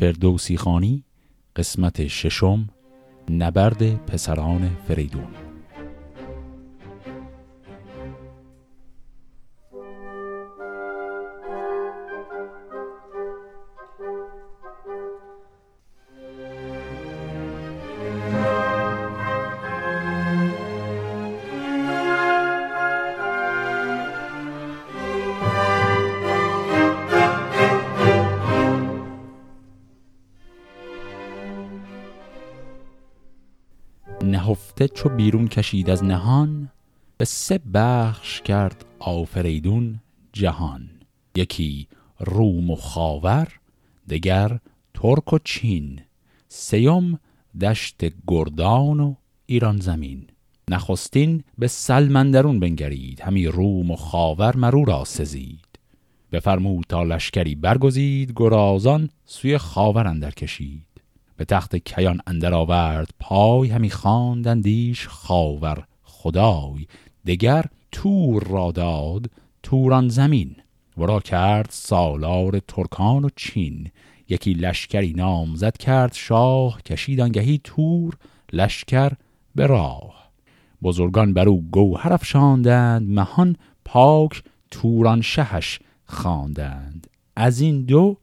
فردوسی خانی قسمت 6 نبرد پسران فریدون. نهفته چو بیرون کشید از نهان، به 3 بخش کرد آفریدون جهان. یکی روم و خاور، دگر ترک و چین، 3 دشت گردان و ایران زمین. نخستین به سلمندرون بنگرید، همی روم و خاور مرو را سزید. بفرمود تا لشکری برگزید، گرازان سوی خاور اندر کشید. به تخت کیان اندر آورد پای، همی خواندندیش خاور خدای. دگر تور را داد توران زمین، ورا کرد سالار ترکان و چین. یکی لشکری نامزد کرد شاه، کشید آنگهی تور لشکر به راه. بزرگان برو گوهر افشاندند، مهان پاک توران شهش خواندند. از این 2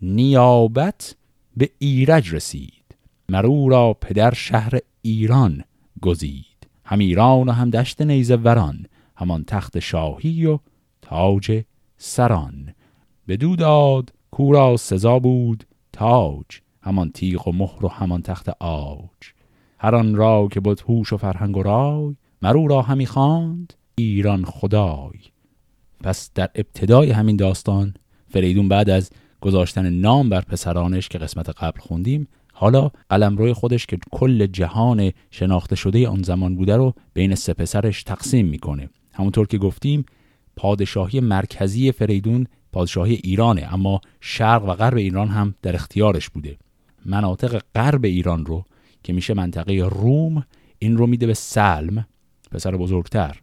نیابت به ایرج رسید، مرو را پدر شهر ایران گزید. هم ایران و هم دشت نیزه وران، همان تخت شاهی و تاج سران. بدو داد کو را سزا بود تاج، همان تیغ و مهر و همان تخت آج. هر آن را که بود هوش و فرهنگ و رای، مرو را همی خواند ایران خدای. پس در ابتدای همین داستان فریدون بعد از گذاشتن نام بر پسرانش که قسمت قبل خوندیم، حالا قلمروی خودش که کل جهان شناخته شده آن زمان بوده رو بین 3 پسرش تقسیم میکنه. همونطور که گفتیم پادشاهی مرکزی فریدون پادشاهی ایرانه، اما شرق و غرب ایران هم در اختیارش بوده. مناطق غرب ایران رو که میشه منطقه روم، این رو میده به سلم پسر بزرگتر.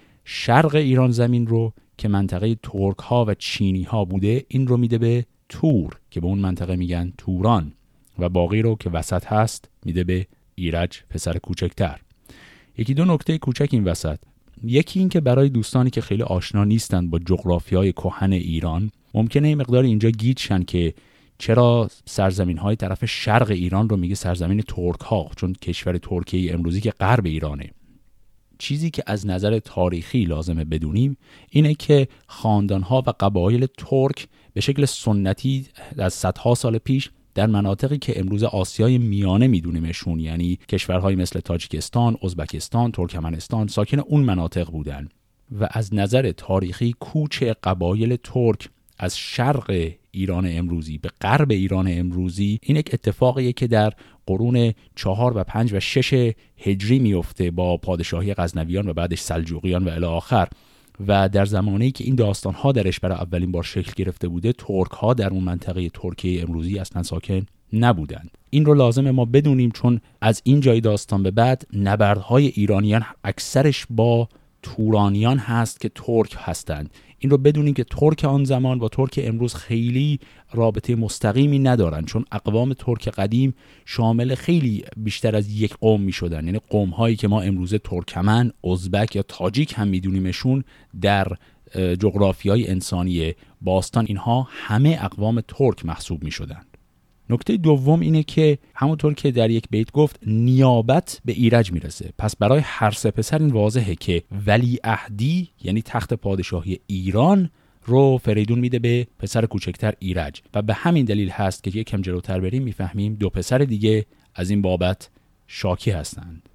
شرق ایران زمین رو که منطقه ترک ها و چینی ها بوده، این رو میده به تور که به اون منطقه میگن توران، و باقی رو که وسط هست میده به ایرج پسر کوچکتر. 1-2 نکته کوچک این وسط. یکی این که برای دوستانی که خیلی آشنا نیستند با جغرافیای کهن ایران، ممکنه این مقدار اینجا گیج شن که چرا سرزمین های طرف شرق ایران رو میگه سرزمین ترک ها، چون کشور ترکیه امروزی که غرب ایرانه. چیزی که از نظر تاریخی لازمه بدونیم اینه که خاندان‌ها و قبایل ترک به شکل سنتی از صدها سال پیش در مناطقی که امروز آسیای میانه میدونیمشون، یعنی کشورهای مثل تاجیکستان، ازبکستان، ترکمنستان، ساکن اون مناطق بودن. و از نظر تاریخی کوچ قبایل ترک از شرق ایران امروزی به غرب ایران امروزی این یک اتفاقیه که در قرون 4 و 5 و 6 هجری میفته با پادشاهی غزنویان و بعدش سلجوقیان و الی آخر. و در زمانی که این داستان‌ها درش برای اولین بار شکل گرفته بوده، ترک‌ها در اون منطقه ترکیه امروزی اصلا ساکن نبودند. این رو لازمه ما بدونیم، چون از این جای داستان به بعد نبردهای ایرانیان اکثرش با تورانیان هست که ترک هستند. این رو بدونیم که ترک آن زمان با ترک امروز خیلی رابطه مستقیمی ندارن، چون اقوام ترک قدیم شامل خیلی بیشتر از یک قوم می شدن. یعنی قوم هایی که ما امروز ترکمن، ازبک یا تاجیک هم می دونیمشون در جغرافیای انسانی باستان، اینها همه اقوام ترک محسوب می شدن. نکته دوم اینه که همونطور که در یک بیت گفت نیابت به ایرج میرسه. پس برای هر 3 پسر این واضحه که ولیعهدی یعنی تخت پادشاهی ایران رو فریدون میده به پسر کوچکتر ایرج، و به همین دلیل هست که یکم جلوتر بریم میفهمیم 2 پسر دیگه از این بابت شاکی هستند.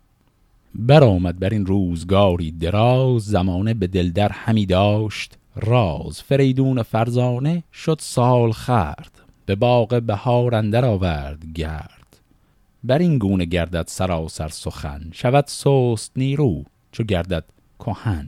برآمد بر این روزگاری دراز، زمانه به دل در همی داشت راز. فریدون فرزانه شد سال خرد، به باغ بهار اندر آورد گرد. بر این گونه گردد سراسر سخن، شود سست نیرو چو گردد کهن.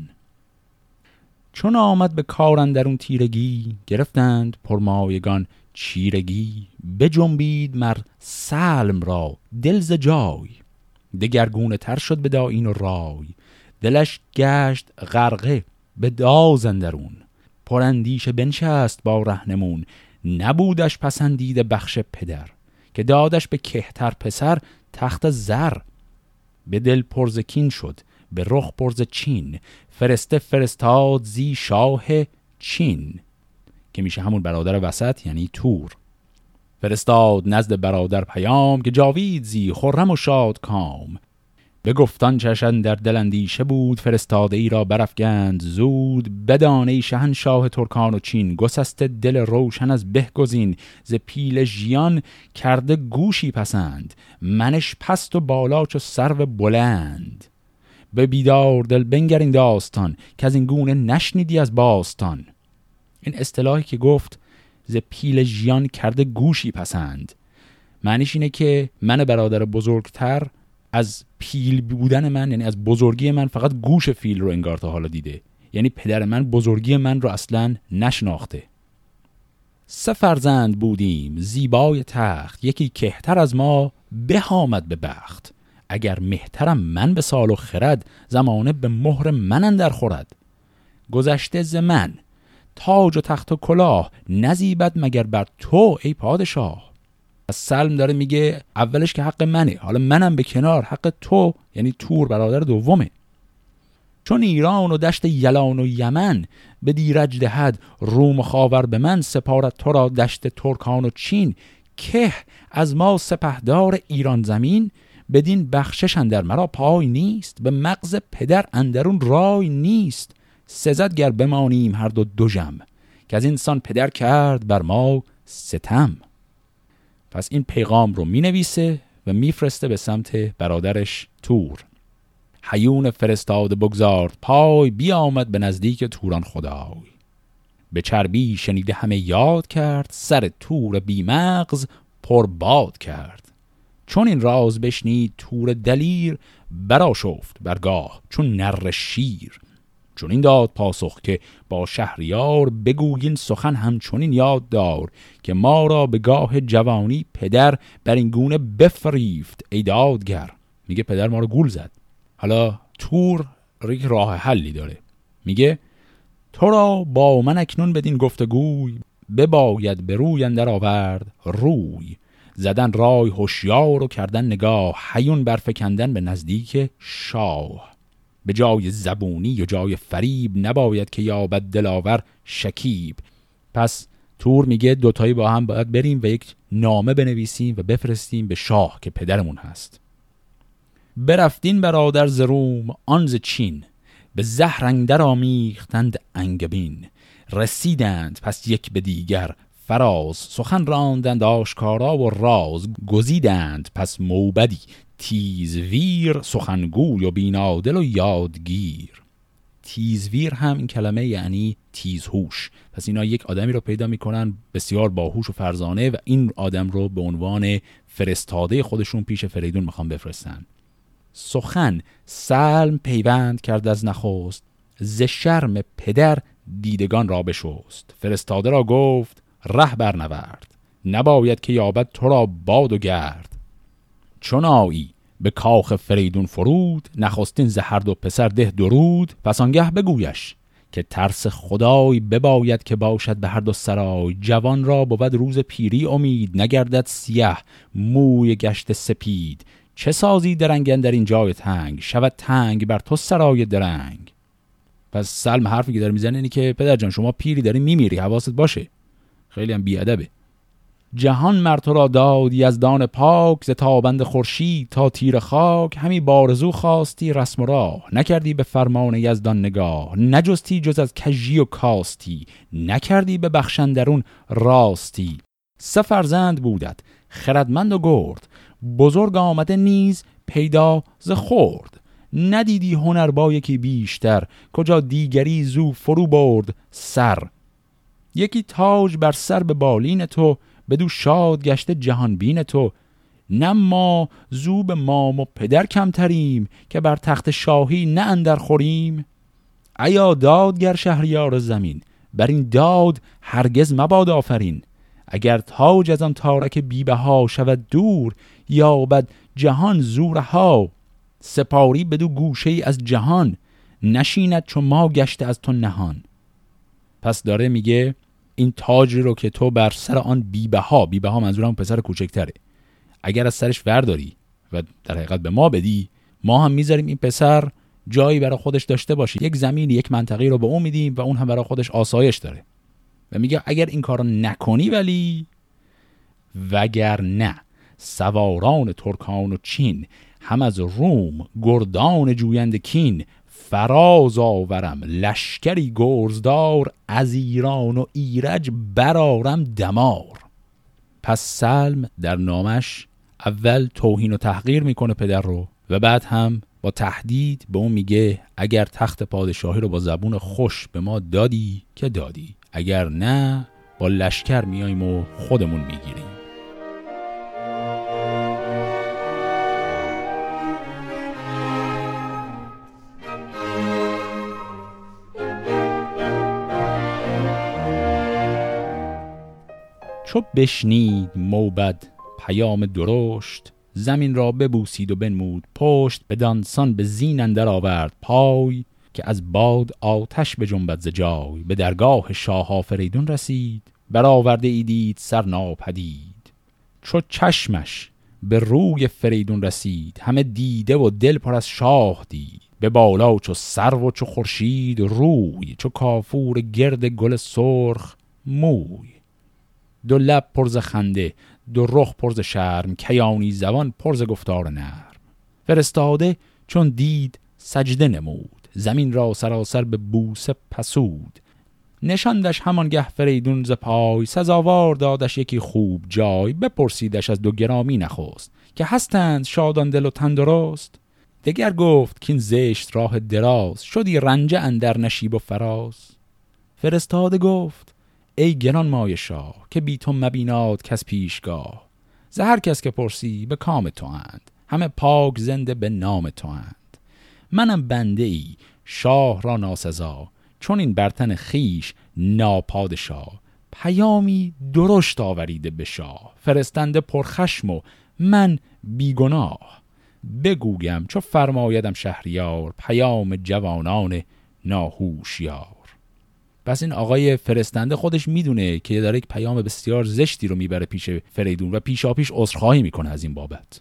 چون آمد به کار اندرون تیرگی، گرفتند پرمایگان چیرگی. بجنبید مر سلم را دل ز جای، دگرگونه تر شد به داین و رای. دلش گشت غرقه به داز اندرون، پراندیشه بنشست با رهنمون. نبودش پسندیده بخش پدر، که دادش به کهتر پسر تخت زر. به دل پرز کین شد به رخ پرز چین، فرسته فرستاد زی شاه چین، که میشه همون برادر وسط یعنی تور. فرستاد نزد برادر پیام، که جاوید زی خرم و شاد کام. به گفتان چشن در دل اندیشه بود، فرستاده ای را برافگند زود. بدانه شهنشاه ترکان و چین، گسست دل روشن از به گزین. ز پیل ژیان کرده گوشی پسند، منش پست و بالا چو سرو بلند. به بیدار دل بنگر این داستان، که از این گونه نشنیدی از باستان. این اصطلاحی که گفت ز پیل ژیان کرده گوشی پسند، معنیش اینه که من برادر بزرگتر از پیل بودن من، یعنی از بزرگی من، فقط گوش فیل رو انگار تا حالا دیده. یعنی پدر من بزرگی من رو اصلاً نشناخته. 3 فرزند بودیم زیبای تخت، یکی کهتر از ما به آمد به بخت. اگر مهترم من به سال و خرد، زمانه به مهر من اندر خورد. گذشته ز من تاج و تخت و کلاه، نزیبد مگر بر تو ای پادشاه. از سلم داره میگه اولش که حق منه، حالا منم به کنار، حق تو یعنی تور برادر دومه. چون ایران و دشت یلان و یمن، به دیرج دهد روم و خاور به من. سپارت تو را دشت ترکان و چین، که از ما سپهدار ایران زمین. بدین بخشش اندر مرا پای نیست، به مغز پدر اندرون رای نیست. سزد گر بمانیم هر دو جم، که از اینسان پدر کرد بر ما ستم. پس این پیغام رو می نویسه و می فرسته به سمت برادرش تور. هیون فرستاده بگذارد پای، بیامد به نزدیک توران خدای. به چربی شنیده همه یاد کرد، سر تور بی مغز پر باد کرد. چون این راز بشنید تور دلیر، برآشفت برگاه چون نر شیر. چون این داد پاسخ که با شهریار، بگویین سخن همچنین یاد دار. که ما را به گاه جوانی پدر، بر این گونه بفریفت ای دادگر. میگه پدر ما رو گول زد. حالا تور راه حلی داره، میگه تو را با من اکنون بدین گفتگوی، بباید به روی اندر آورد روی. زدن رای هوشیار و کردن نگاه، هیون برفکندن به نزدیک شاه. به جای زبونی و جای فریب، نباید که یابد دلاور شکیب. پس تور میگه دوتایی با هم باید بریم و یک نامه بنویسیم و بفرستیم به شاه که پدرمون هست. برفتین برادر ز روم آن ز چین، به زهر اندر آمیختند انگبین. رسیدند پس یک به دیگر فراز، سخن راندند آشکارا و راز. گزیدند پس موبدی تیزویر، سخنگوی و بینادل و یادگیر. تیزویر هم این کلمه یعنی تیزهوش. پس اینا یک آدمی رو پیدا میکنن بسیار باهوش و فرزانه، و این آدم رو به عنوان فرستاده خودشون پیش فریدون میخوان بفرستن. سخن سلم پیوند کرد از نخست، ز شرم پدر دیدگان را بشست. فرستاده را گفت ره برنورد، نباید که یابد تو را باد و گرد. چون آیی به کاخ فریدون فرود، نخستین ز هر دو پسر ده درود. پس آنگه بگویش که ترس خدای، بباید که باشد به هر دو سرای. جوان را بود روز پیری امید، نگردد سیه موی گشت سپید. چه سازی درنگن در این جای تنگ، شود تنگ بر تو سرای درنگ. پس سلم حرفی که داره میزنه اینه که پدر جان شما پیری داری میمیری، حواست باشه. خیلی هم بیادبه. جهان مر تو را داد یزدان پاک، ز تابند خورشید تا تیر خاک. همی بارزو خواستی رسم و راه، نکردی به فرمان یزدان نگاه. نجستی جز از کژی و کاستی، نکردی به بخشندرون راستی. 3 فرزند بودت خردمند و گرد، بزرگ آمده نیز پیدا ز خرد. ندیدی هنر با یکی بیشتر، کجا دیگری زو فرو برد سر. یکی تاج بر سر به بالین تو، بدو شاد گشته جهان بین تو. نه ما زو به مام و پدر کمتریم، که بر تخت شاهی نه اندر خوریم. ایا دادگر شهریار زمین، بر این داد هرگز مباد آفرین. اگر تاج از آن تارک بی‌بها شود دور، یابد جهان زورها. سپاری بدو گوشه ای از جهان، نشیند چون ما گشته از تو نهان. پس داره میگه این تاجی رو که تو بر سر آن بی‌بها منظورم پسر کوچکتره، اگر از سرش ورداری و در حقیقت به ما بدی، ما هم میذاریم این پسر جایی برای خودش داشته باشه، یک زمین، یک منطقه رو به اون میدیم و اون هم برای خودش آسایش داره. و میگه اگر این کارو نکنی ولی وگر نه سواران ترکان و چین، هم از روم گردان جویند کین، فراز آورم لشکری گرزدار، از ایران و ایرج برارم دمار. پس سلم در نامش اول توهین و تحقیر میکنه پدر رو و بعد هم با تهدید به اون میگه اگر تخت پادشاهی رو با زبون خوش به ما دادی که دادی، اگر نه با لشکر میاییم و خودمون میگیریم. چو بشنید موبد پیام درشت، زمین را ببوسید و بنمود پشت، بدانسان به زین اندر آورد پای، که از باد آتش بجنبد ز جای. به درگاه شاه آفریدون رسید، برآورده ای دید سر ناپدید. چو چشمش به روی فریدون رسید، همه دیده و دل پر از شاه دید. به بالا چو سرو و چو خورشید روی، چو کافور گرد گل سرخ موی. دو لب پر ز خنده دو رخ پر ز شرم، کیانی زبان پر ز گفتار نرم. فرستاده چون دید سجده نمود، زمین را سراسر به بوسه پسود. نشاندش همانگه فریدون ز پای، سزاوار دادش یکی خوب جای. بپرسیدش از دو گرامی نخست، که هستند شادان دل و تندرست. دگر گفت کین زشت راه دراز، شدی رنجه اندر نشیب و فراز. فرستاده گفت ای گران مایه شاه، که بی تو مبیناد کس پیشگاه. ز هر کس که پرسی به کام تو اند، همه پاک زنده به نام تو اند. منم بنده ای شاه را ناسزا، چون این برتن خیش ناپادشاه. پیامی درشت آوریده به شاه، فرستنده پرخشم و من بیگناه. بگویم چو فرمایدم شهریار، پیام جوانان ناهوشیار. پس این آقای فرستنده خودش میدونه که داره یک پیام بسیار زشتی رو میبره پیش فریدون و پیشاپیش عذرخواهی میکنه از این بابت.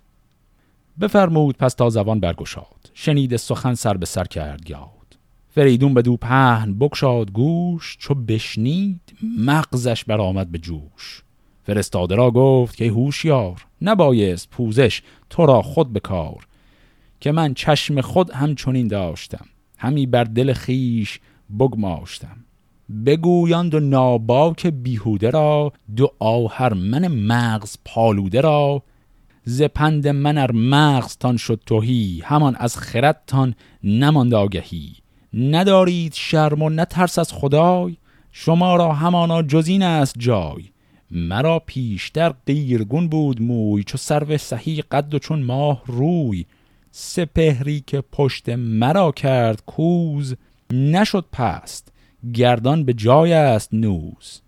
بفرمود پس تا زبان برگشاد، شنید سخن سر به سر کرد یاد. فریدون بدو پهن بگشاد گوش، چو بشنید مغزش برآمد به جوش. فرستاده را گفت که هوشیار، نبایست پوزش تو را خود بکار. که من چشم خود همچنین داشتم، همی بر دل خیش بگماشتم. بگویاند و ناباک بیهوده را، دو آهرمن مغز پالوده را. ز پند من ار مغزتان شد تهی، همان از خردتان نماند آگهی. ندارید شرم و نترس از خدای، شما را همانا جزین است جای. مرا پیشتر قیرگون بود موی، چو سرو سهی قد و چون ماه روی. سپهری که پشت مرا کرد کوز، نشد پست گردان به جای است نوز.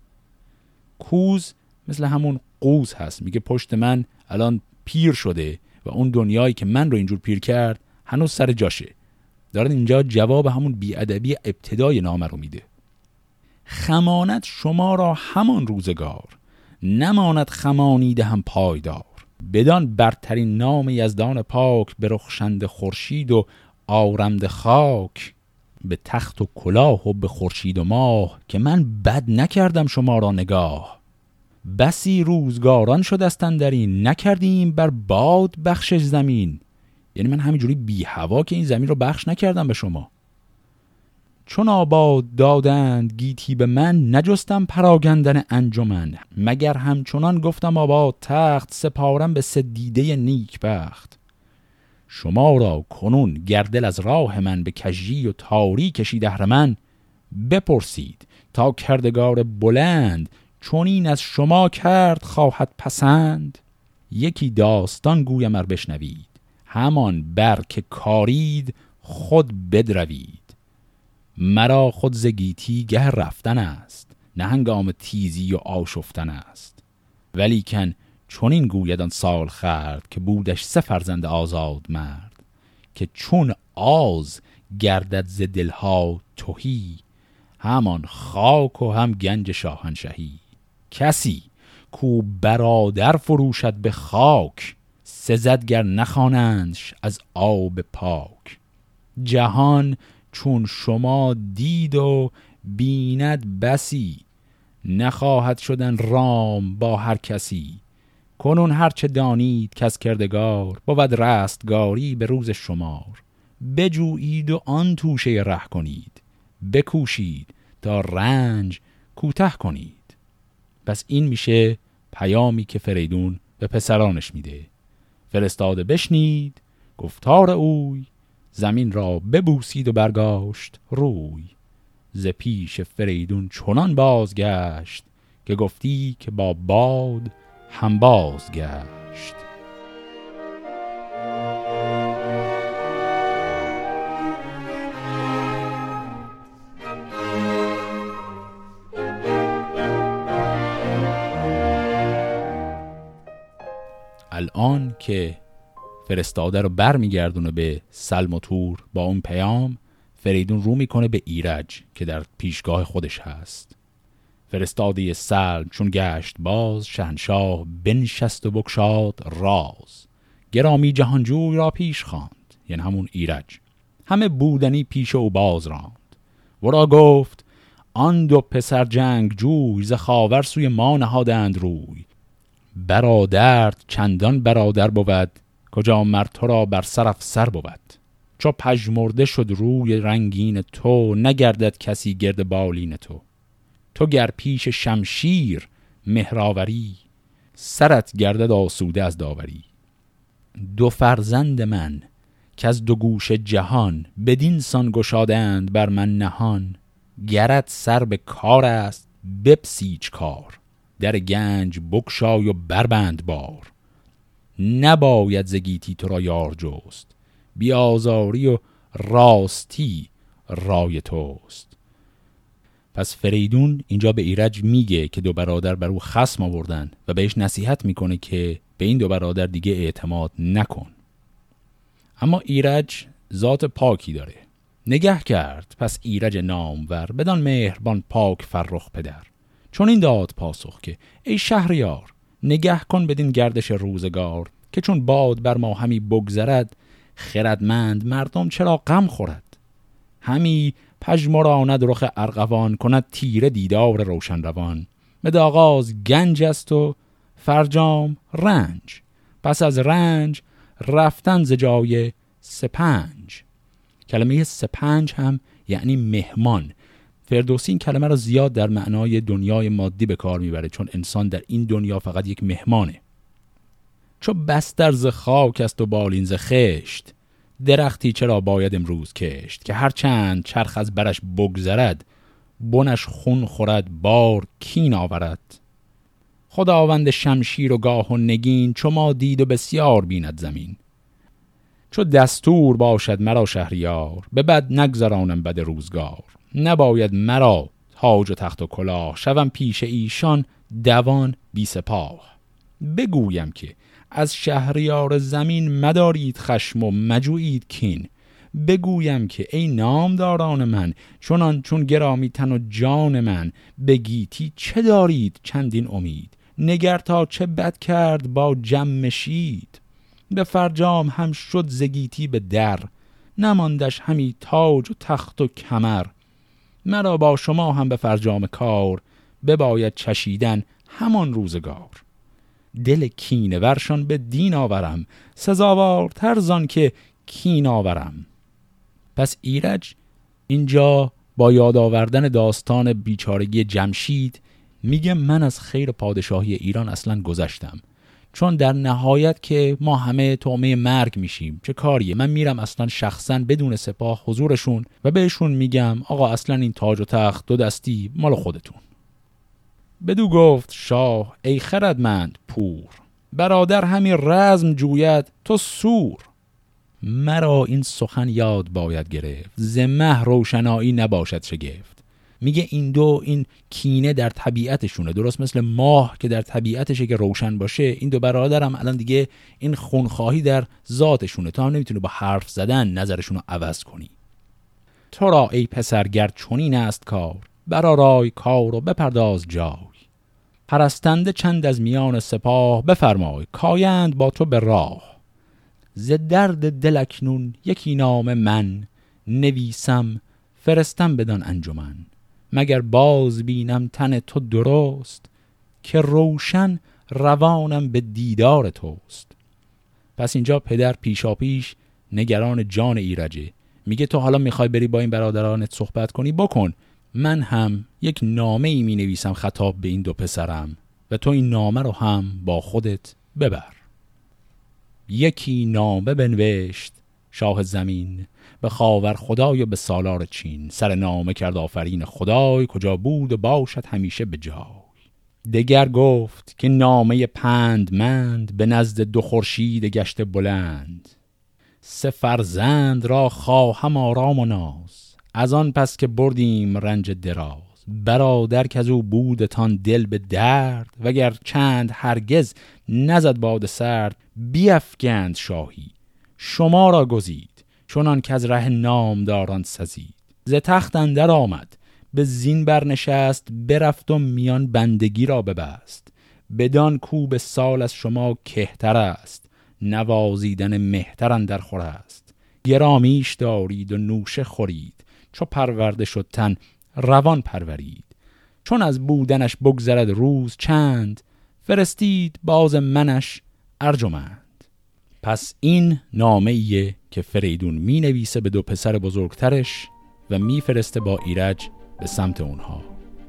کوز مثل همون قوز هست، میگه پشت من الان پیر شده و اون دنیایی که من رو اینجور پیر کرد هنوز سر جاشه. دارن اینجا جواب همون بیادبی ابتدای نامه رو میده. خمانت شما را همان روزگار، نماند خمانیده هم پایدار. بدان برترین نام یزدان پاک، برخشنده خورشید و آرمده خاک. به تخت و کلاه و به خورشید و ماه، که من بد نکردم شما را نگاه. بسی روزگاران شدستن در این، نکردیم بر باد بخشش زمین. یعنی من همینجوری بی هوا که این زمین رو بخش نکردم به شما. چون آباد دادند گیتی به من، نجستم پراگندن انجمن. مگر همچنان گفتم آباد تخت، سپارم به سدیده نیک بخت. شما را کنون گردل از راه من، به کژی و تاری کشید اهرمن. بپرسید تا کردگار بلند، چون این از شما کرد خواهد پسند. یکی داستان گویم ار بشنوید، همان بر که کارید خود بدروید. مرا خود ز گیتی گه رفتن است، نه هنگام تیزی و آشفتن است. ولیکن چون این گویدان سال خرد، که بودش 3 فرزند آزاد مرد. که چون آز گردد ز دلها تهی، همان خاک و هم گنج شاهنشهی. کسی کو برادر فروشد به خاک، سزد گر نخوانندش از آب پاک. جهان چون شما دید و بیند بسی، نخواهد شدن رام با هر کسی. کنون هرچه دانید کز کردگار، بود رستگاری به روز شمار. بجویید و آن توشه ره کنید، بکوشید تا رنج کوته کنید. پس این میشه پیامی که فریدون به پسرانش میده. فرستاده بشنید گفتار اوی، زمین را ببوسید و برگاشت روی. ز پیش فریدون چنان بازگشت، که گفتی که با باد هم بازگشت. الان که فرستاده رو بر میگردونه به سلم و تور با اون پیام، فریدون رو میکنه به ایرج که در پیشگاه خودش هست. فرستاده سلم چون گشت باز، شهنشاه بنشست و بگشاد راز. گرامی جهانجوی را پیش خواند، یعنی همون ایرج، همه بودنی پیش او باز راند. ورا گفت آن دو پسر جنگ جوی، ز خاور سوی ما نهادند روی. برادرت چندان برادر بود، کجا مر تو را بر سر افسر بود. چو پژمرده شد روی رنگین تو، نگردد کسی گرد بالین تو. تو گر پیش شمشیر مهراوری، سرت گردد آسوده از داوری. دو فرزند من که از دو گوش جهان، بدین سان گشادند بر من نهان. گرت سر به کار است بپسیج کار، در گنج بگشای و بربند بار. نباید ز گیتی تو را یار جست، بیازاری و راستی رای توست. پس فریدون اینجا به ایرج میگه که دو برادر بر او خصم آوردن و بهش نصیحت میکنه که به این دو برادر دیگه اعتماد نکن. اما ایرج ذات پاکی داره. نگه کرد پس ایرج نامور، بدان مهربان پاک فرخ پدر. چون این داد پاسخ که ای شهریار، نگه کن بدین گردش روزگار. که چون باد بر ما همی بگذرد، خردمند مردم چرا غم خورد. همی پژمراند رخ ارغوان، کند تیره دیدار روشن روان. به آغاز گنج است و فرجام رنج، پس از رنج رفتن ز جای سپنج. کلمه سپنج هم یعنی مهمان. فردوسی این کلمه را زیاد در معنای دنیای مادی به کار میبره، چون انسان در این دنیا فقط یک مهمانه. چو بستر ز خاک است و بالین ز خشت، درختی چرا باید امروز کشت. که هر چند چرخ از برش بگذرد، بنش خون خورد بار کین آورد. خداوند شمشیر و گاه و نگین، چو ما دید و بسیار بیند زمین. چو دستور باشد مرا شهریار، به بد نگذرانم بد روزگار. نباید مرا تاج و تخت و کلاه، شوم پیش ایشان دوان بی سپاه. بگویم که از شهریار زمین، مدارید خشم و مجویید کین. بگویم که ای نامداران من، چون گرامی تن و جان من. بگیتی چه دارید چندین امید، نگر تا چه بد کرد با جمشید. به فرجام هم شد زگیتی به در، نماندش همی تاج و تخت و کمر. مرا با شما هم به فرجام کار، بباید چشیدن همان روزگار. دل کینه ورشان به دین آورم، سزاوارتر زان که کین آورم. پس ایرج اینجا با یاد آوردن داستان بیچارگی جمشید میگه من از خیر پادشاهی ایران اصلا گذشتم، چون در نهایت که ما همه طعمه مرگ میشیم. چه کاریه؟ من میرم اصلا شخصا بدون سپاه حضورشون و بهشون میگم آقا اصلا این تاج و تخت دو دستی مال خودتون. بدو گفت شاه ای خردمند پور، برادر همی رزم جوید تو سور. مرا این سخن یاد باید گرفت، ز مه روشنایی نباشد شگفت. میگه این دو این کینه در طبیعتشونه، درست مثل ماه که در طبیعتشه که روشن باشه. این دو برادرم الان دیگه این خونخواهی در ذاتشونه، تو هم نمیتونی با حرف زدن نظرشونو عوض کنی. تو را ای پسر گر چنین است کار، برآرای کار و بپرداز جای. پرستنده چند از میان سپاه، بفرمای کایند با تو به راه. ز درد دل اکنون یکی نام من، نویسم فرستم بدان انجمن. مگر باز بینم تن تو درست، که روشن روانم به دیدار توست. پس اینجا پدر پیشاپیش نگران جان ایرجه. میگه تو حالا میخوای بری با این برادرانت صحبت کنی، بکن. من هم یک نامه ای می نویسم خطاب به این دو پسرم و تو این نامه رو هم با خودت ببر. یکی نامه بنوشت شاه زمین، به خاور خدای و به سالار چین. سر نامه کرد آفرین خدای، کجا بود و باشد همیشه به جای. دگر گفت که نامه پندمند، به نزد دو خورشید گشته بلند. سه فرزند را خواهم آرام و ناز، از آن پس که بردیم رنج دراز. برادر که از او بودتان دل به درد، وگر چند هرگز نزد باد سرد. بیفگند شاهی شما را گزید، چونان که از ره نامداران سزید. ز تخت اندر آمد به زین برنشست، برفت و میان بندگی را ببست. بدان کو به سال از شما کهتر است، نوازیدن مهتر اندر خور است. گرامیش دارید و نوشه خورید، چو پرورده شد تن روان پرورید. چون از بودنش بگذرد روز چند، فرستید باز منش ارجمند. پس این نامه ایه که فریدون می نویسه به دو پسر بزرگترش و می فرسته با ایرج به سمت اونها.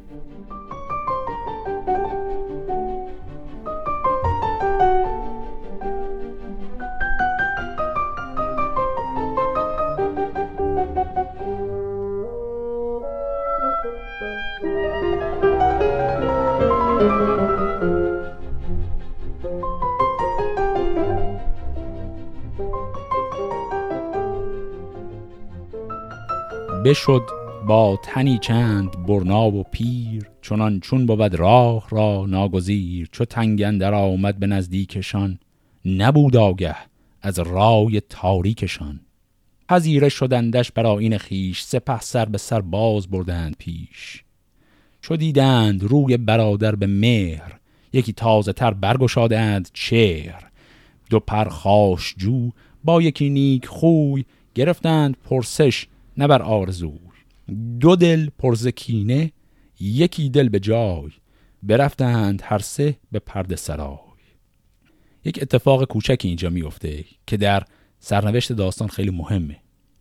بشد با تنی چند برنا و پیر، چنان چون بود راه را ناگزیر. چو تنگ اندر آمد به نزدیکشان، نبود آگه از رای تاریکشان. پذیره شدندش بر آیین خویش، سپه سر به سر باز بردند پیش. چو دیدند روی برادر به مهر، یکی تازه تر برگشادند چهر. دو پرخاشجو با یکی نیک خوی، گرفتند پرسش نه بر آرزوی. دو دل پر ز کینه یکی دل به جای، برفتند هر سه به پرده سرای. یک اتفاق کوچکی اینجا میفته که در سرنوشت داستان خیلی مهمه.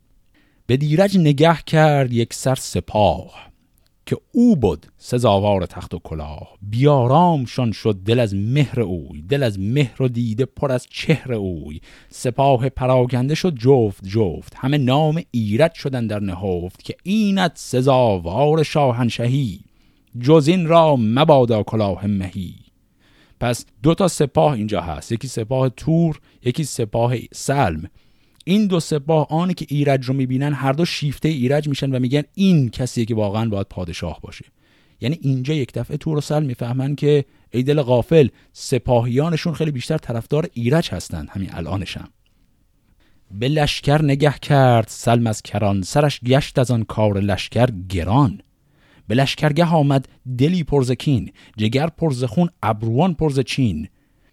به ایرج نگه کرد یک سر سپاه، که او بود سزاوار تخت و کلاه. بیارام شان شد دل از مهر اوی، دل از مهر و دیده پر از چهر اوی. سپاه پراگنده شد جفت جفت، همه نام ایرج شدن در نهفت. که اینت سزاوار شاهنشهی، جز این را مبادا کلاه مهی. پس دو تا سپاه اینجا هست، یکی سپاه تور، یکی سپاه سلم. این دو سپاه آنی که ایرج رو میبینن هر دو شیفته ایرج میشن و میگن این کسیه که واقعا باید پادشاه باشه. یعنی اینجا یک دفعه تور و سلم میفهمن که ای دل غافل، سپاهیانشون خیلی بیشتر طرفدار ایرج هستن همین الانشم. به لشکر نگه کرد سلم از کران، سرش گشت از آن کار لشکر گران. به لشکرگه آمد دلی پرزکین، جگر پرزخون ابروان پرزچین.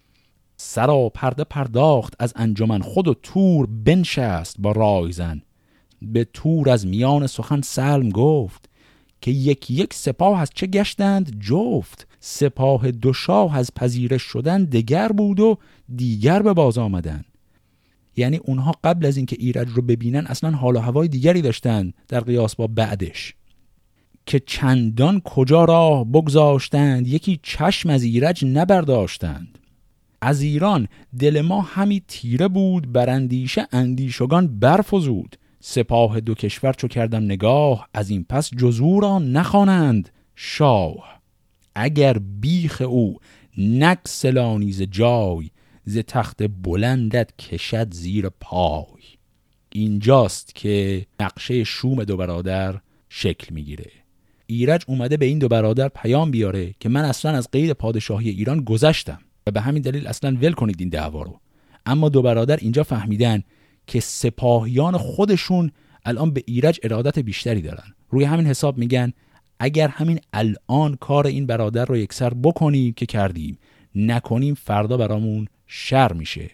سرا پرده پرداخت از انجمن، خود و تور بنشست با رایزن. به تور از میان سخن سلم گفت، که یک یک سپاه از چه گشتند جفت. سپاه دو شاه از پذیرش شدن، دگر بود و دیگر به باز آمدن. یعنی اونها قبل از اینکه ایرج رو ببینن اصلا حال و هوای دیگری داشتن در قیاس با بعدش. که چندان کجا راه بگذاشتند، یکی چشم از ایرج نبرداشتند. از ایران دل ما همی تیره بود، بر اندیشه اندیشگان برفزود. سپاه دو کشور چو کردم نگاه، از این پس جز او را نخوانند شاه. اگر بیخ او نگسلانی ز جای، ز تخت بلندت کشد زیر پای. اینجاست که نقشه شوم دو برادر شکل میگیره. ایرج اومده به این دو برادر پیام بیاره که من اصلا از قید پادشاهی ایران گذشتم و به همین دلیل اصلا ول کنید این دعوا رو. اما دو برادر اینجا فهمیدن که سپاهیان خودشون الان به ایرج ارادت بیشتری دارن. روی همین حساب میگن اگر همین الان کار این برادر رو یکسر بکنیم که کردیم، نکنیم فردا برامون شر میشه.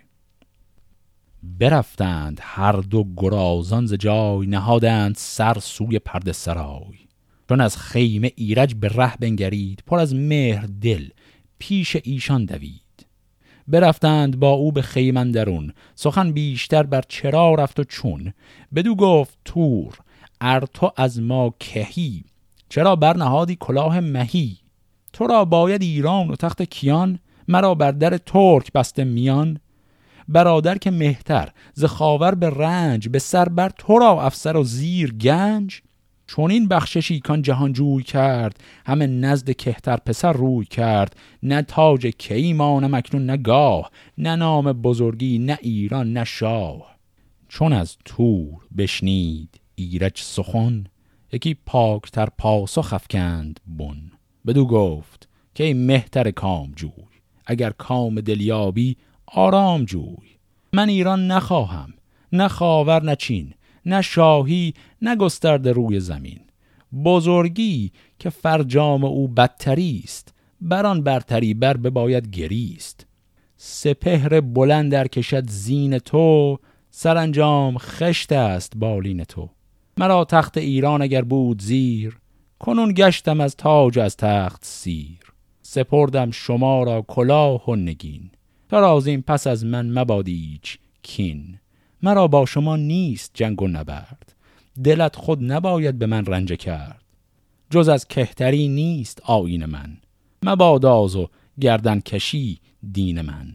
برفتند هر دو گرازان ز جای، نهادند سر سوی پرده سرای. چون از خیمه ایرج به ره بنگرید، پر از مهر دل پیش ایشان دوید. برفتند با او به خیمه اندرون، سخن بیشتر بر چرا رفت و چون. بدو گفت تور ار تو از ما کهی، چرا برنهادی کلاه مهی. تو را باید ایران و تخت کیان، مرا بر در ترک بسته میان. برادر که مهتر ز خاور به رنج، به سر بر تو را افسر و زیر گنج. چون این بخششی کان جهان جوی کرد، همه نزد کهتر پسر روی کرد. نه تاج کی مانم اکنون نه گاه، نه نام بزرگی نه ایران نه شاه. چون از تور بشنید ایرج سخن، یکی پاکتر پاسخ افکند بن. بدو گفت که ای مهتر کام جوی، اگر کام دلیابی آرام جوی. من ایران نخواهم، نه خاور نه چین، نه شاهی نه گسترده روی زمین. بزرگی که فرجام او بدتری است، بران برتری بر بباید گریست. سپهر بلند در کشد زین تو، سرانجام خشت است بالین تو. مرا تخت ایران اگر بود زیر، کنون گشتم از تاج از تخت سیر. سپردم شما را کلاه و نگین، تا رازیم پس از من مبادیچ کین. مرا با شما نیست جنگ و نبرد، دلت خود نباید به من رنجه کرد. جز از کهتری نیست آیین من، مباداز و گردن کشی دین من.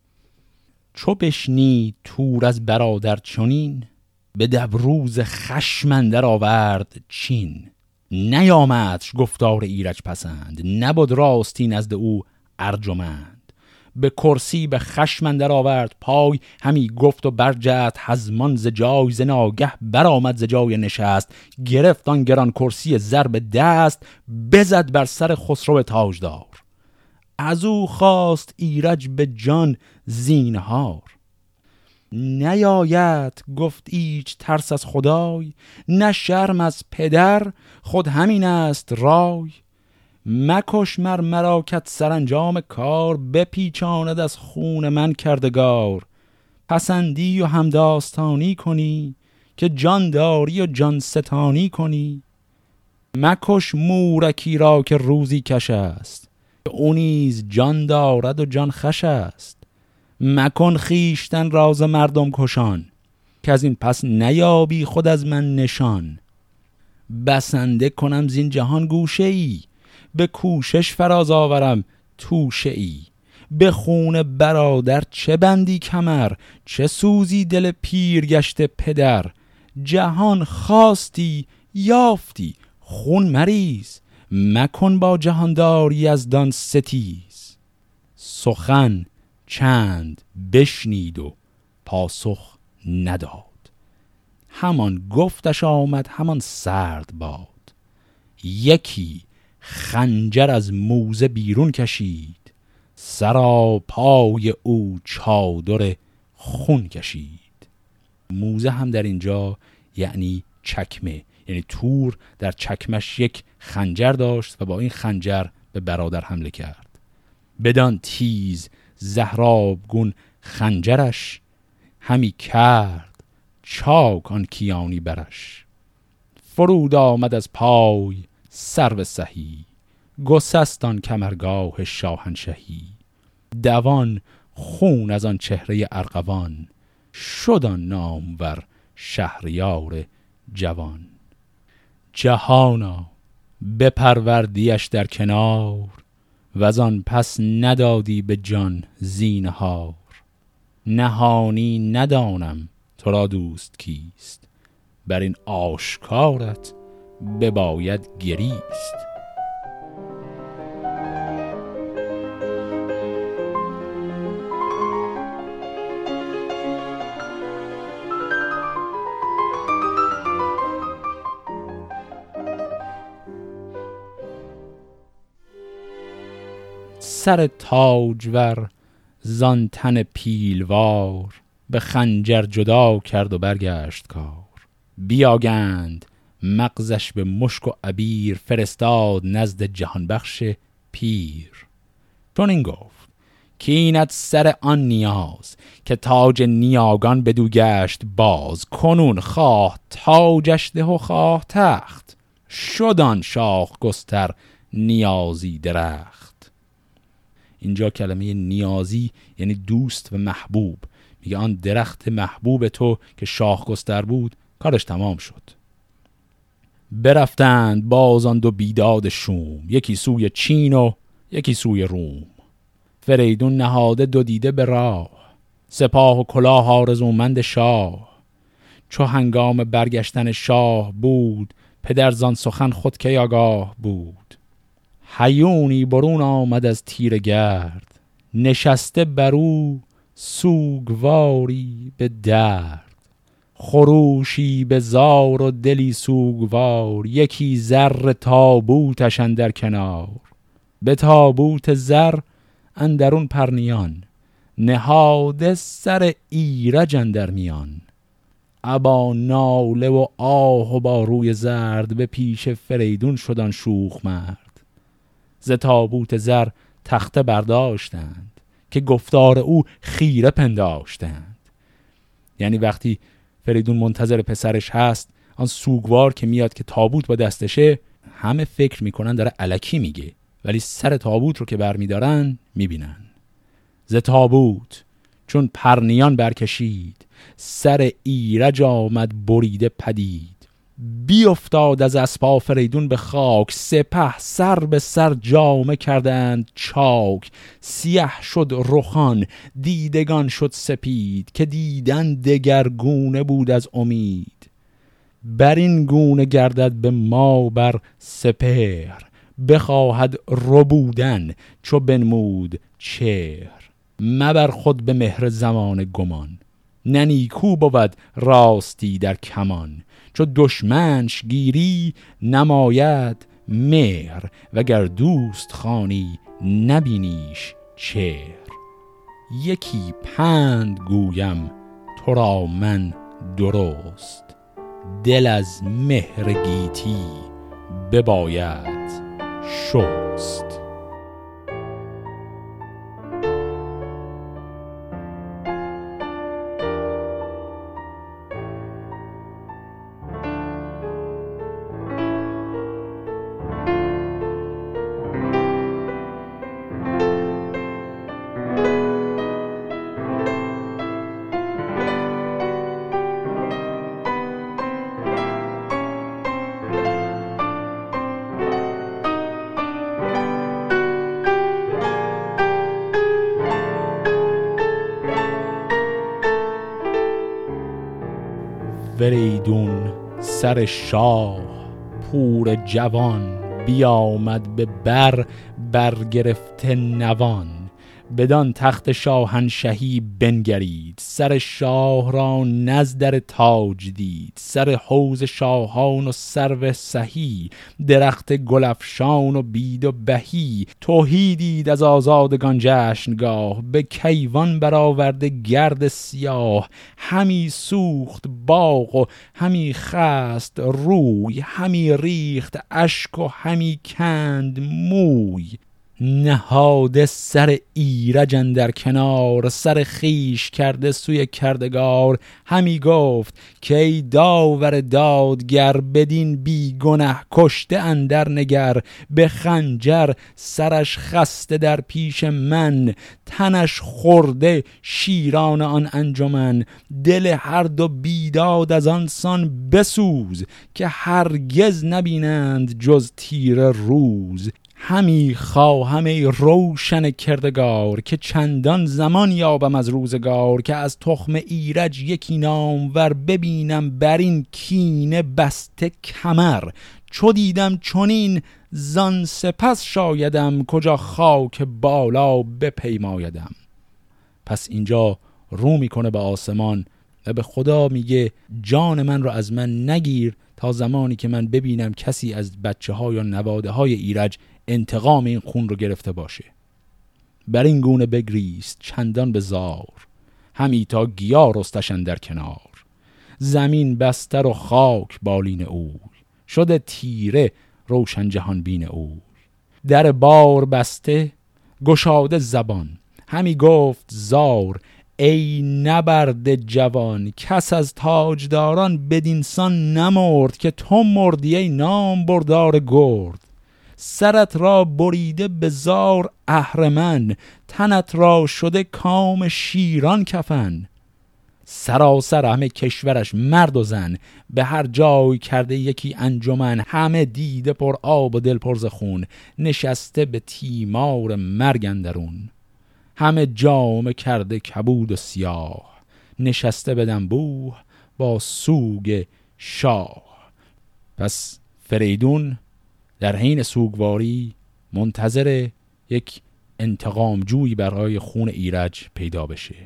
چو بشنید تور از برادر چنین، به دبروز خشم اندر آورد چین. نیامدش گفتار ایرج پسند، نبود راستی نزد او ارجمند. به کرسی به خشم اندر آورد پای، همی گفت و برجست هزمان ز جای. ز ناگه برآمد ز جای نشست، گرفت آن گران کرسی زر به دست. بزد بر سر خسرو تاجدار، از او خواست ایرج به جان زینهار. نیاید گفت ایچ ترس از خدای، نه شرم از پدر خود همین است رای. مکش مرا کت سرانجام کار، بپیچاند از خون من کردگار. پسندی و همداستانی کنی، که جان داری و جان ستانی کنی. مکش مورکی را که روزی کش است، که او نیز جان دارد و جان خش است. مکن خیشتن راز مردم کشان، که از این پس نیابی خود از من نشان. بسنده کنم زین جهان گوشه ای، به کوشش فراز آورم توشه ای. به خون برادر چه بندی کمر، چه سوزی دل پیر گشته پدر. جهان خواستی یافتی خون مریز، مکن با جهانداری از دان ستیز. سخن چند بشنید و پاسخ نداد، همان گفتش آمد همان سرد باد. یکی خنجر از موزه بیرون کشید، سرا پای او چادر خون کشید. موزه هم در اینجا یعنی چکمه، یعنی تور در چکمش یک خنجر داشت و با این خنجر به برادر حمله کرد. بدان تیز زهرابگون خنجرش، همی کرد چاک آن کیانی برش. فرود آمد از پای سرو سهی، گسستان کمرگاه شاهنشهی. دوان خون از آن چهره ارغوان، شد آن نامور شهریار جوان. جهانا بپروردیش در کنار، وزان پس ندادی به جان زینهار. نهانی ندانم تو را دوست کیست، بر این آشکارت بباید گریست. سر تاجور زان تن پیلوار، به خنجر جدا کرد و برگشت کار. بیاگند مغزش به مشک و عبیر، فرستاد نزد جهان بخش پیر. چون این گفت که اینت سر آن نیاز، که تاج نیاگان بدو گشت باز. کنون خواه تاجش ده و خواه تخت، شدان شاخ گستر نیازی درخت. اینجا کلمه نیازی یعنی دوست و محبوب. میگه آن درخت محبوب تو که شاخ گستر بود کارش تمام شد. برفتند باز آن دو بیداد شوم، یکی سوی چین و یکی سوی روم. فریدون نهاده دو دیده به راه، سپاه و کلاه آرزومند شاه. چو هنگام برگشتن شاه بود، پدر زان سخن خود که آگاه بود. هیونی برون آمد از تیره گرد، نشسته برو سوگواری به درد. خروشی به زار و دلی سوگوار، یکی زر تابوتش اندر کنار. به تابوت زر اندرون پرنیان، نهاده سر ایرج اندر میان. ابا ناله و آه و با روی زرد، به پیش فریدون شدن شوخ مرد. ز تابوت زر تخته برداشتند، که گفتار او خیره پنداشتند. یعنی وقتی فریدون منتظر پسرش هست، آن سوگوار که میاد که تابوت با دستشه، همه فکر میکنن داره الکی میگه، ولی سر تابوت رو که برمیدارن میبینن. ز تابوت چون پرنیان برکشید، سر ایرج آمد بریده پدید. بی افتاد از اسپا فریدون به خاک، سپه سر به سر جامه کردند چاک. سیه شد رخان دیدگان شد سپید، که دیدن دگرگونه بود از امید. بر این گونه گردد به ما بر سپهر، بخواهد ربودن چو بنمود چهر. مبر خود به مهر زمان گمان، نه نیکو بود راستی در کمان. چو دشمنش گیری نماید مهر، وگر دوست خوانی نبینیش چهر. یکی پند گویم تو را من درست، دل از مهر گیتی بباید شست. فریدون سر شاه پور جوان، بیامد به برگرفته نوان. بدان تخت شاهنشهی بنگرید، سر شاه را نزدر تاج دید. سر حوض شاهان و سرو سهی، درخت گلفشان و بید و بهی. توحید دید از آزادگان جشنگاه، به کیوان برآورده گرد سیاه. همی سوخت باغ و همی خست روی، همی ریخت اشک و همی کند موی. نهاده سر ایرج اندر کنار، سر خیش کرده سوی کردگار. همی گفت که ای داور دادگر، بدین بی گنه کشته اندر نگر. به خنجر سرش خسته در پیش من، تنش خورده شیران آن انجمن. دل هر دو بیداد از آن سان بسوز، که هرگز نبینند جز تیر روز. همی خواهم ای روشن کردگار، که چندان زمان یابم از روزگار. که از تخم ایرج یکی نامور، ببینم بر این کینه بسته کمر. چو دیدم چنین زان سپس شایدم، کجا خاک بالا بپیمایدم. پس اینجا رو میکنه به آسمان و به خدا میگه جان من رو از من نگیر، تا زمانی که من ببینم کسی از بچه ها یا نواده های ایرج انتقام این خون رو گرفته باشه. بر این گونه بگریست چندان به زار، همی تا گیا رستشن در کنار. زمین بستر و خاک بالین اوی. شده تیره روشن جهان بین اوی. در بار بسته گشاده زبان، همی گفت زار ای نبرد جوان. کس از تاجداران بدینسان نمرد، که تو مردی ای نام بردار گرد. سرت را بریده به زار اهرمن، تنت را شده کام شیران کفن. سراسر همه کشورش مرد و زن، به هر جای کرده یکی انجمن. همه دیده پر آب و دل پر ز خون، نشسته به تیمار مرگ اندرون. همه جامه کرده کبود و سیاه، نشسته به دنبوه با سوگ شاه. پس فریدون در حین سوگواری منتظر یک انتقام جویی برای خون ایرج پیدا بشه.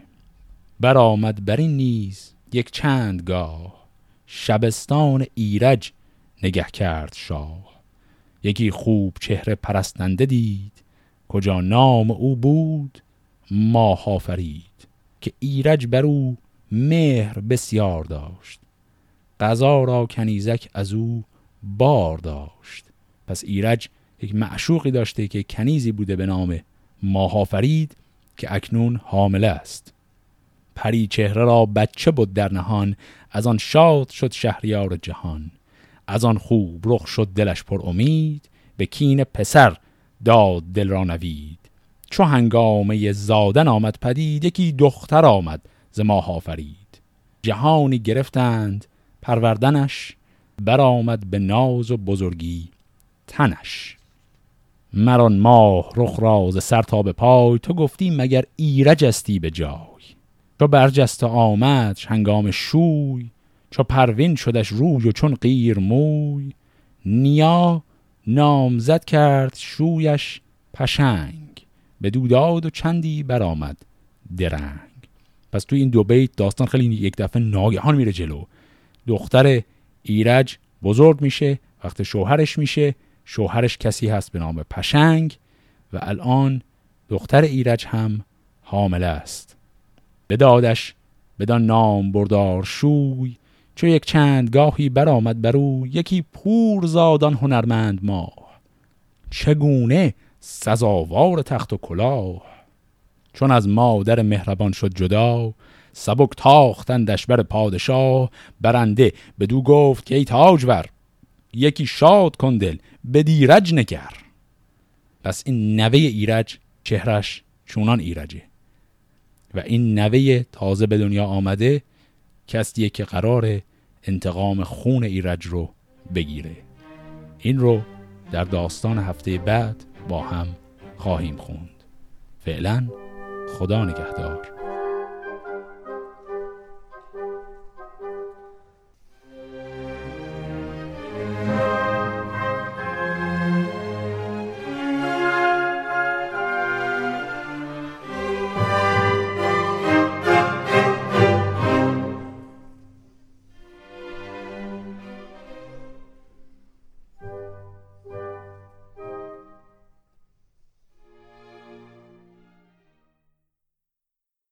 برآمد بر این نیز یک چند گاه، شبستان ایرج نگه کرد شاه. یکی خوب چهره پرستنده دید، کجا نام او بود ماه آفرید. که ایرج بر او مهر بسیار داشت، قضا را کنیزک از او بار داشت. پس ایرج یک معشوقی داشته که کنیزی بوده به نام ماه آفرید که اکنون حامله است. پری چهره را بچه بود در نهان، از آن شاد شد شهریار جهان. از آن خوب رخ شد دلش پر امید، به کین پسر داد دل را نوید. چو هنگامه زادن آمد پدید، یکی دختر آمد ز ماه آفرید. جهانی گرفتند پروردنش، برآمد به ناز و بزرگی تنش. مران ماه رخ را ز سر تا به پای، تو گفتی مگر ایرج استی به جای. چو برجست آمد هنگام شوی، چو پروین شدش روی و چون قیر موی. نیا نامزد کرد شویش پشنگ، بدو داد و چندی برآمد درنگ. پس تو این دو بیت داستان خیلی یک دفعه ناگهان میره جلو. دختر ایرج بزرگ میشه، وقت شوهرش میشه. شوهرش کسی هست به نام پشنگ و الان دختر ایرج هم حامله است. بدادش بدان نام بردار شوی، چو یک چند گاهی برآمد برو. یکی پور زادان هنرمند ماه، چگونه سزاوار تخت و کلاه. چون از مادر مهربان شد جدا، سبک تاختندش بر پادشاه. برنده بدو گفت که ای تاجور، یکی شاد کن دل بدیرج نگر. پس این نوه ایرج چهرش چونان ایرجه و این نوه تازه به دنیا آمده کسیه که قرار انتقام خون ایرج رو بگیره. این رو در داستان هفته بعد با هم خواهیم خوند. فعلا خدا نگهدار.